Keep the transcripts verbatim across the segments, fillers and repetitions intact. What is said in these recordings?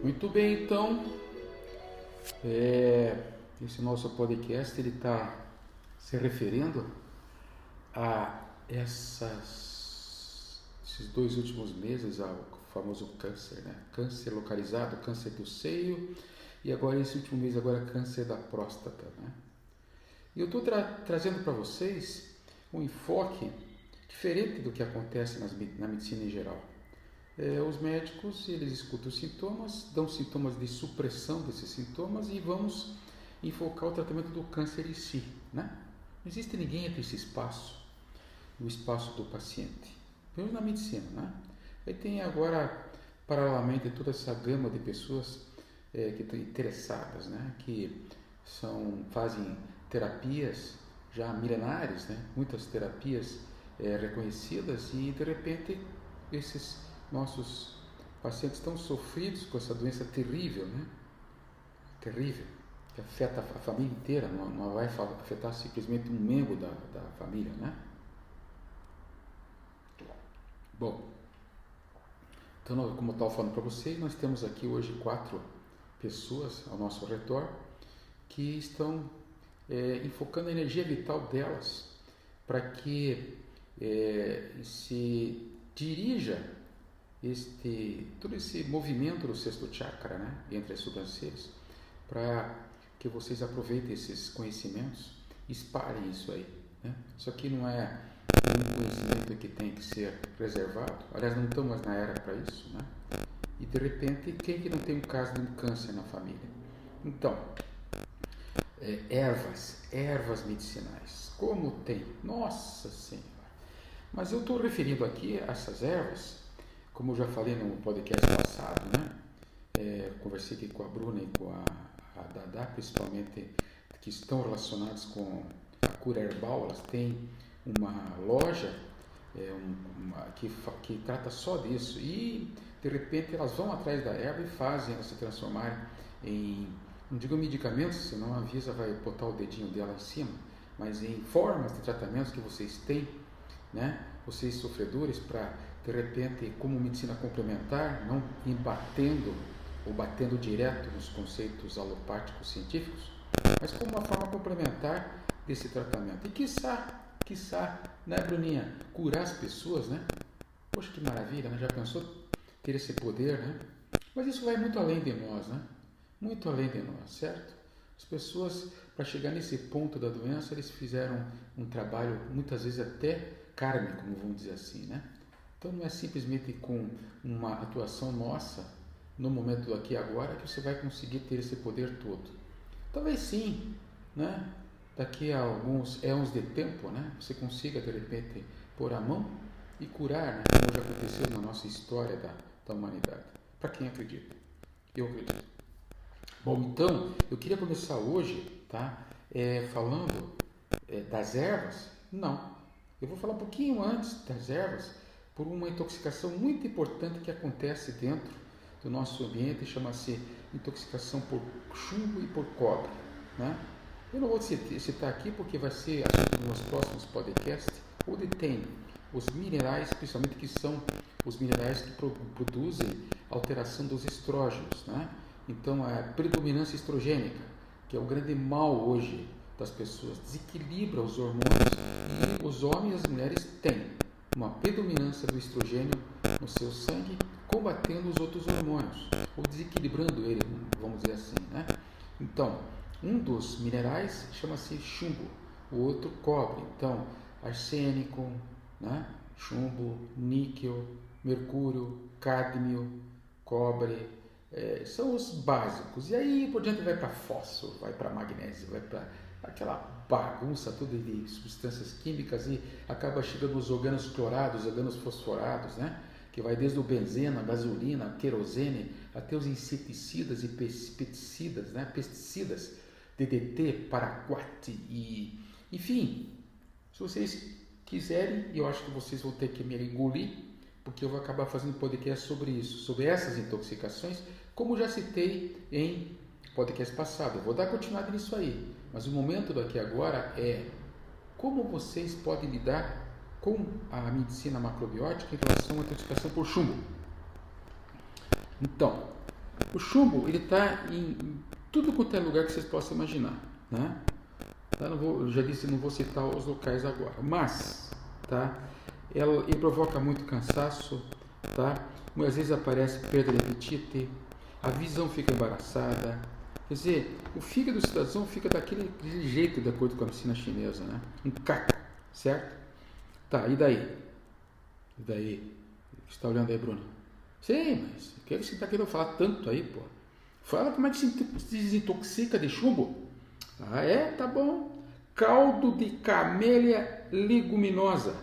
Muito bem, então, é, esse nosso podcast ele está se referindo a essas, esses dois últimos meses ao famoso câncer, né? Câncer localizado, câncer do seio e agora esse último mês agora câncer da próstata, né? E eu estou tra trazendo para vocês um enfoque diferente do que acontece nas, na medicina em geral. É, os médicos, eles escutam os sintomas, dão sintomas de supressão desses sintomas e vamos enfocar o tratamento do câncer em si, né? Não existe ninguém entre esse espaço, o espaço do paciente, pelo menos na medicina, né? Aí tem agora, paralelamente, toda essa gama de pessoas é, que estão interessadas, né? Que são, fazem terapias já milenares, né? Muitas terapias é, reconhecidas e, de repente, esses nossos pacientes estão sofridos com essa doença terrível, né? Terrível, que afeta a família inteira, não, não vai afetar simplesmente um membro da, da família, né? Bom, então, como eu estava falando para vocês, nós temos aqui hoje quatro pessoas ao nosso redor que estão é, enfocando a energia vital delas para que é, se dirija este, todo esse movimento do sexto chakra, né, entre as sobrancelhas, para que vocês aproveitem esses conhecimentos e espalhem isso aí, né? Isso aqui não é um conhecimento que tem que ser reservado, aliás, não estamos na era para isso, né? E de repente, quem que não tem um caso de um câncer na família? Então, é, ervas, ervas medicinais, como tem? Nossa Senhora! Mas eu estou referindo aqui a essas ervas, como eu já falei no podcast passado, né? É, conversei aqui com a Bruna e com a, a Dada, principalmente, que estão relacionadas com a cura herbal. Elas têm uma loja é, um, uma, que, que trata só disso e, de repente, elas vão atrás da erva e fazem ela se transformar em, não digo medicamentos, senão a Anvisa vai botar o dedinho dela em cima, mas em formas de tratamentos que vocês têm, né? Vocês sofredores, para de repente, como medicina complementar, não ir batendo ou batendo direto nos conceitos alopáticos científicos, mas como uma forma complementar desse tratamento. E quiçá, quiçá, né, Bruninha, curar as pessoas, né? Poxa, que maravilha, né? Já pensou ter esse poder, né? Mas isso vai muito além de nós, né? Muito além de nós, certo? As pessoas, para chegar nesse ponto da doença, eles fizeram um trabalho, muitas vezes até kármico, como vamos dizer assim, né? Então não é simplesmente com uma atuação nossa, no momento do aqui e agora, que você vai conseguir ter esse poder todo. Talvez sim, né? Daqui a alguns éons de tempo, né? Você consiga, de repente, pôr a mão e curar, né? Como já aconteceu na nossa história da, da humanidade. Para quem acredita. Eu acredito. Bom, então, eu queria começar hoje, tá? É, falando é, das ervas. Não. Eu vou falar um pouquinho antes das ervas, por uma intoxicação muito importante que acontece dentro do nosso ambiente, chama-se intoxicação por chumbo e por cobre, né? Eu não vou citar aqui porque vai ser assunto nos próximos podcasts, onde tem os minerais, principalmente que são os minerais que produzem alteração dos estrógenos, né? Então, a predominância estrogênica, que é o grande mal hoje das pessoas, desequilibra os hormônios e os homens e as mulheres têm uma predominância do estrogênio no seu sangue, combatendo os outros hormônios, ou desequilibrando ele, vamos dizer assim, né? Então, um dos minerais chama-se chumbo, o outro cobre. Então, arsênico, né? Chumbo, níquel, mercúrio, cádmio, cobre, é, são os básicos. E aí por diante vai para fósforo, vai para magnésio, vai para aquela bagunça toda de substâncias químicas e acaba chegando os organos clorados, organos fosforados, né? Que vai desde o benzeno, a gasolina, a querosene, até os inseticidas e pesticidas, né? Pesticidas, D D T, paraquat e... Enfim, se vocês quiserem, eu acho que vocês vão ter que me engolir, porque eu vou acabar fazendo podcast sobre isso, sobre essas intoxicações, como já citei em podcast passado. Eu vou dar continuidade nisso aí, mas o momento daqui agora é como vocês podem lidar com a medicina macrobiótica em relação à intoxicação por chumbo. Então, O chumbo, ele está em tudo quanto é lugar que vocês possam imaginar, né? Eu não vou, eu já disse, não vou citar os locais agora, mas, tá? Ela, ele provoca muito cansaço, tá? Às vezes aparece perda de apetite, a visão fica embaraçada. Quer dizer, o fígado do cidadão fica daquele, daquele jeito, de acordo com a medicina chinesa, né? Um caco, certo? Tá, e daí? E daí? Você está olhando aí, Bruno? Sim, mas o que você está querendo falar tanto aí, pô? Fala como é que se desintoxica de chumbo. Ah, é? Tá bom. Caldo de camélia leguminosa.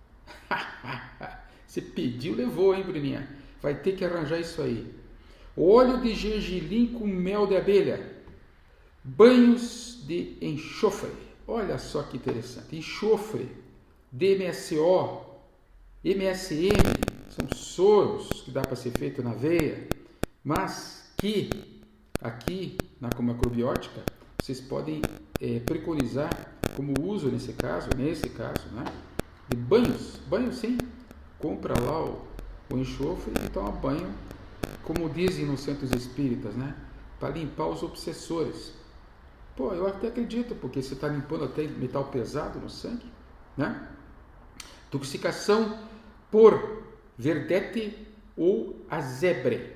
Você pediu, levou, hein, Bruninha? Vai ter que arranjar isso aí. Óleo de gergelim com mel de abelha. Banhos de enxofre. Olha só que interessante. Enxofre, D M S O, M S M, são soros que dá para ser feito na veia, mas que aqui na macrobiótica vocês podem é, preconizar como uso nesse caso, nesse caso, né, de banhos, banho sim, compra lá o, o enxofre e toma banho, como dizem nos centros espíritas, né, para limpar os obsessores. Pô, eu até acredito, porque você está limpando até metal pesado no sangue, né? Intoxicação por verdete ou azebre.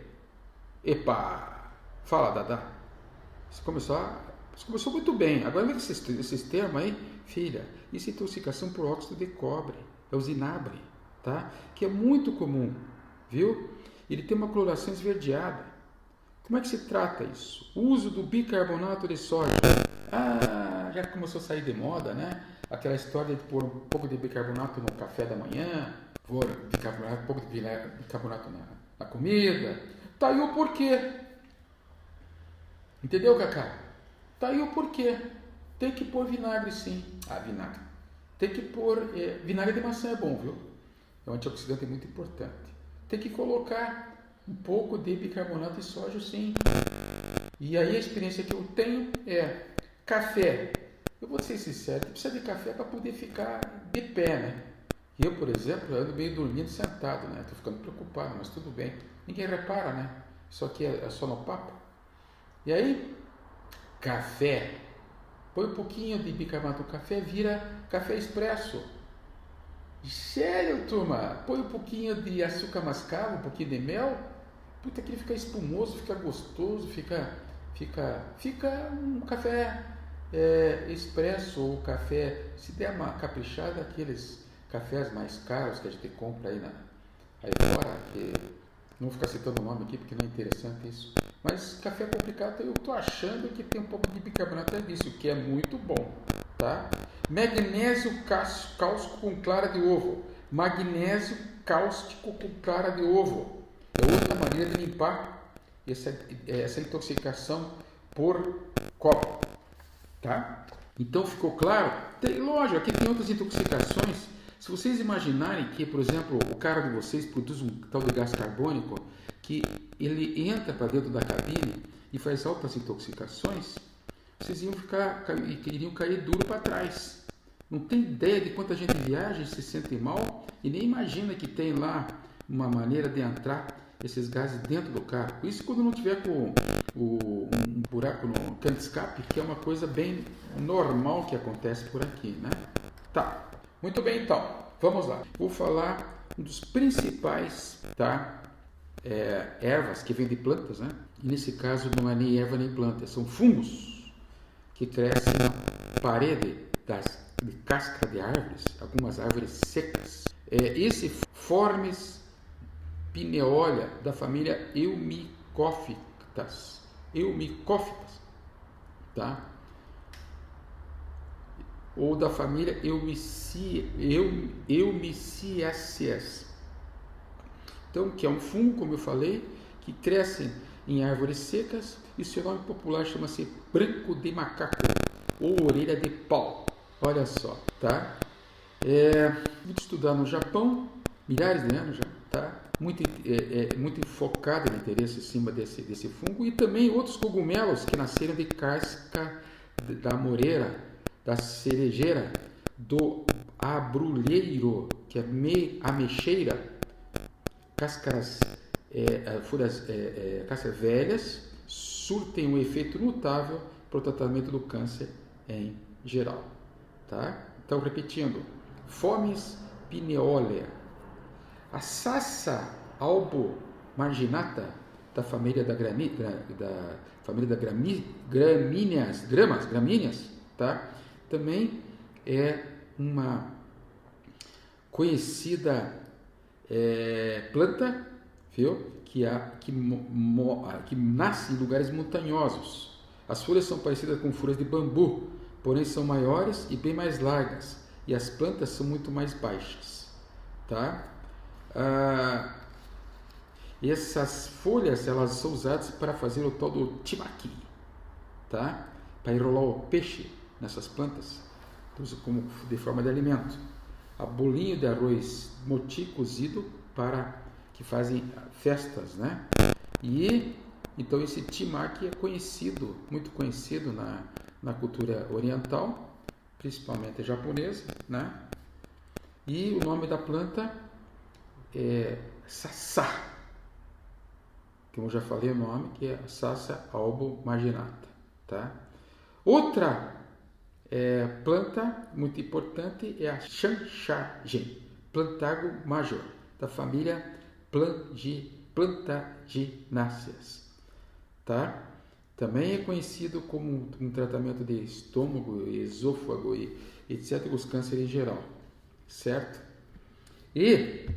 Epa! Fala, Dada. Você começou, a, você começou muito bem. Agora, olha esses, esses termos aí, filha. Isso é intoxicação por óxido de cobre. É o zinabre, tá? Que é muito comum, viu? Ele tem uma coloração esverdeada. Como é que se trata isso? O uso do bicarbonato de sódio. Ah, já começou a sair de moda, né? Aquela história de pôr um pouco de bicarbonato no café da manhã, pôr bicarbonato, um pouco de bicarbonato na, na comida. Tá aí o porquê. Entendeu, Cacá? Tá aí o porquê. Tem que pôr vinagre, sim. Ah, vinagre. Tem que pôr... É, vinagre de maçã é bom, viu? É um antioxidante muito importante. Tem que colocar um pouco de bicarbonato de sódio, sim. E aí a experiência que eu tenho é café. Eu vou ser sincero, precisa de café para poder ficar de pé, né? Eu, por exemplo, ando meio dormindo sentado, né? Estou ficando preocupado, mas tudo bem. Ninguém repara, né? Isso aqui é, é só no papo. E aí, café. Põe um pouquinho de bicarbonato no café, vira café expresso. Sério, turma? Põe um pouquinho de açúcar mascavo, um pouquinho de mel. Puta, que ele fica espumoso, fica gostoso, fica, fica, fica um café é, expresso ou café, se der uma caprichada, aqueles cafés mais caros que a gente compra aí, na, aí fora, que não vou ficar citando o nome aqui porque não é interessante isso, mas café complicado eu estou achando que tem um pouco de bicarbonato disso, que é muito bom, tá? Magnésio cáustico com clara de ovo, magnésio cáustico com clara de ovo. É outra maneira de limpar essa, essa intoxicação por cobre, tá? Então ficou claro? Tem, lógico, aqui tem outras intoxicações. Se vocês imaginarem que, por exemplo, o cara de vocês produz um tal de gás carbônico que ele entra para dentro da cabine e faz altas intoxicações, vocês iam ficar, iriam cair duro para trás. Não tem ideia de quanta gente viaja e se sente mal e nem imagina que tem lá uma maneira de entrar esses gases dentro do carro. Isso quando não tiver com o, um buraco no cano de escape, que é uma coisa bem normal que acontece por aqui, né? Tá, muito bem então, vamos lá. Vou falar um dos principais, tá? É, ervas que vêm de plantas, né? E nesse caso não é nem erva nem planta, são fungos que crescem na parede das, de casca de árvores, algumas árvores secas. É, esse Formes pineolia da família Eumicófitas, Eumicófitas, tá? Ou da família Eumiciaceae, Eum, Eumiciaceae. Então, que é um fungo, como eu falei, que cresce em árvores secas e seu nome popular chama-se branco de macaco ou orelha de pau. Olha só, tá? É, muito estudado no Japão, milhares de anos já, tá? Muito, é, é, muito focado no interesse em cima desse, desse fungo e também outros cogumelos que nasceram de casca da moreira, da cerejeira, do abrulheiro, que é me, ameixeira, cáscaras é, folhas é, é, cássia velhas surtem um efeito notável para o tratamento do câncer em geral. Tá? Então, repetindo, Fomes pineolea. A Sassa albo-marginata, da família da, grami, da, família da grami, gramíneas, gramas, gramíneas, tá? Também é uma conhecida é, planta, viu? Que, há, que, mo, que nasce em lugares montanhosos. As folhas são parecidas com folhas de bambu, porém são maiores e bem mais largas, e as plantas são muito mais baixas, tá? Ah, essas folhas, elas são usadas para fazer o tal do timaki, tá? Para enrolar o peixe nessas plantas, como de forma de alimento. A bolinho de arroz moti cozido para que fazem festas, né? E então esse timaki é conhecido, muito conhecido na, na cultura oriental, principalmente japonesa, né? E o nome da planta é Sassa, como eu já falei o nome, que é Sassa albo-marginata, tá? Outra é, planta muito importante é a Chanchagen, Plantago major, da família Plantagináceas, tá? Também é conhecido como um tratamento de estômago, esôfago e etcétera, os cânceres em geral, certo? E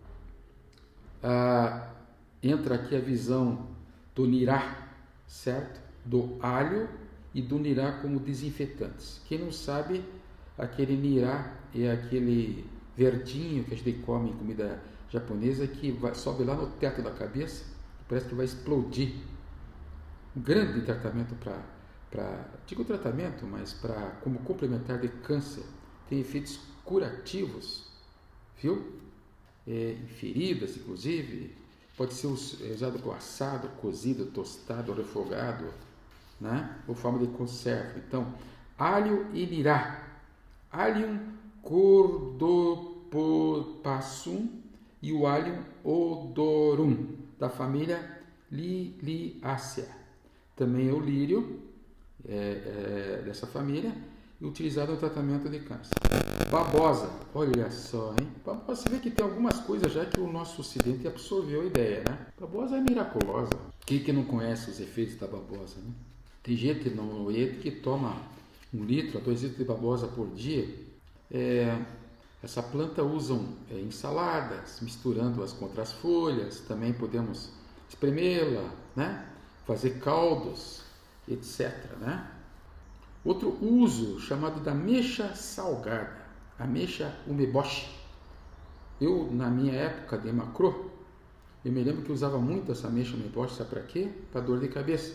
ah, entra aqui a visão do nirá, certo? Do alho e do nirá como desinfetantes. Quem não sabe, aquele nirá é aquele verdinho que a gente come em comida japonesa que vai, sobe lá no teto da cabeça e parece que vai explodir. Um grande tratamento para, para digo tratamento, mas para como complementar de câncer. Tem efeitos curativos, viu? É, em feridas, inclusive. Pode ser usado com assado, cozido, tostado, refogado, né? Ou forma de conserva. Então, alho e nirá. Allium cordopotassum e o Allium odorum, da família Liliaceae. Também é o lírio é, é, dessa família, e utilizado no tratamento de câncer. Babosa, olha só, hein? Babosa, você vê que tem algumas coisas já que o nosso ocidente absorveu a ideia, né? Babosa é miraculosa. Quem que não conhece os efeitos da babosa, né? Tem gente no Oriente que toma um litro a dois litros de babosa por dia. É, essa planta usam é, em saladas, misturando-as com outras folhas. Também podemos espremê-la, né? Fazer caldos, etcétera, né? Outro uso chamado da ameixa salgada, ameixa umeboshi. Eu, na minha época de macro, eu me lembro que usava muito essa ameixa umeboshi, sabe para quê? Para dor de cabeça.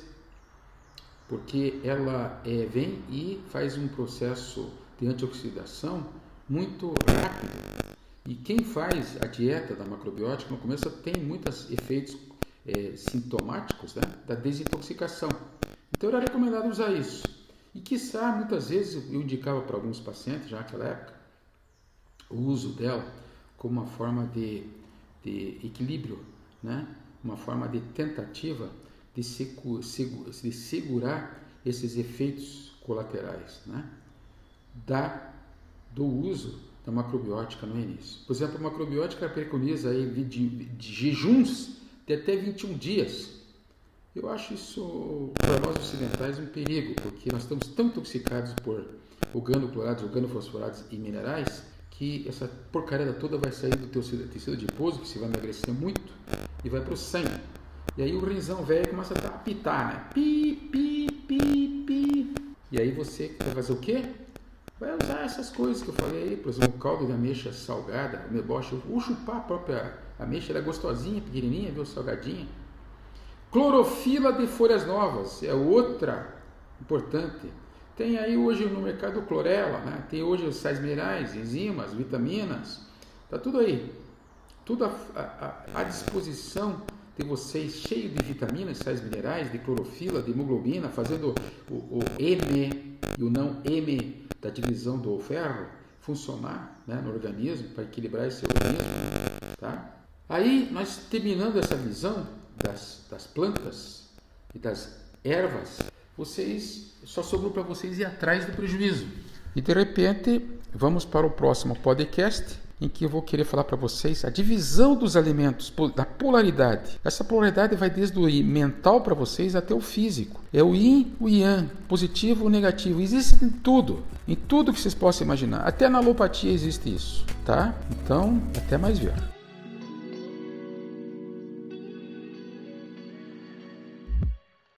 Porque ela é, vem e faz um processo de antioxidação muito rápido. E quem faz a dieta da macrobiótica no começo tem muitos efeitos é, sintomáticos, né, da desintoxicação. Então era recomendado usar isso. E quiçá, muitas vezes eu indicava para alguns pacientes, já naquela época, o uso dela como uma forma de, de equilíbrio, né? Uma forma de tentativa de, secu, segu, de segurar esses efeitos colaterais, né? da, do uso da macrobiótica no início. Por exemplo, a macrobiótica preconiza aí de, de jejuns de até vinte e um dias. Eu acho isso, para nós ocidentais, um perigo, porque nós estamos tão intoxicados por organoclorados, organofosforados e minerais, que essa porcaria toda vai sair do teu tecido adiposo, que você vai emagrecer muito, e vai para o sangue. E aí o rinzão velho começa a apitar, né? Pi, pi, pi, pi. E aí você vai fazer o quê? Vai usar essas coisas que eu falei aí, por exemplo, o caldo de ameixa salgada, o meboche, ou chupar a própria ameixa, ela é gostosinha, pequenininha, viu, salgadinha. Clorofila de folhas novas é outra importante. Tem aí hoje no mercado clorela, né? Tem hoje os sais minerais, enzimas, vitaminas, tá tudo aí. Tudo à disposição de vocês, cheio de vitaminas, sais minerais, de clorofila, de hemoglobina, fazendo o, o M e o não M da divisão do ferro funcionar, né, no organismo, para equilibrar esse organismo, tá? Aí, nós terminando essa visão das, das plantas e das ervas, vocês só sobrou para vocês ir atrás do prejuízo. E de repente, vamos para o próximo podcast, em que eu vou querer falar para vocês a divisão dos alimentos, da polaridade. Essa polaridade vai desde o mental para vocês até o físico. É o yin, o yang, positivo ou negativo. Existe em tudo, em tudo que vocês possam imaginar. Até na alopatia existe isso, tá? Então, até mais ver.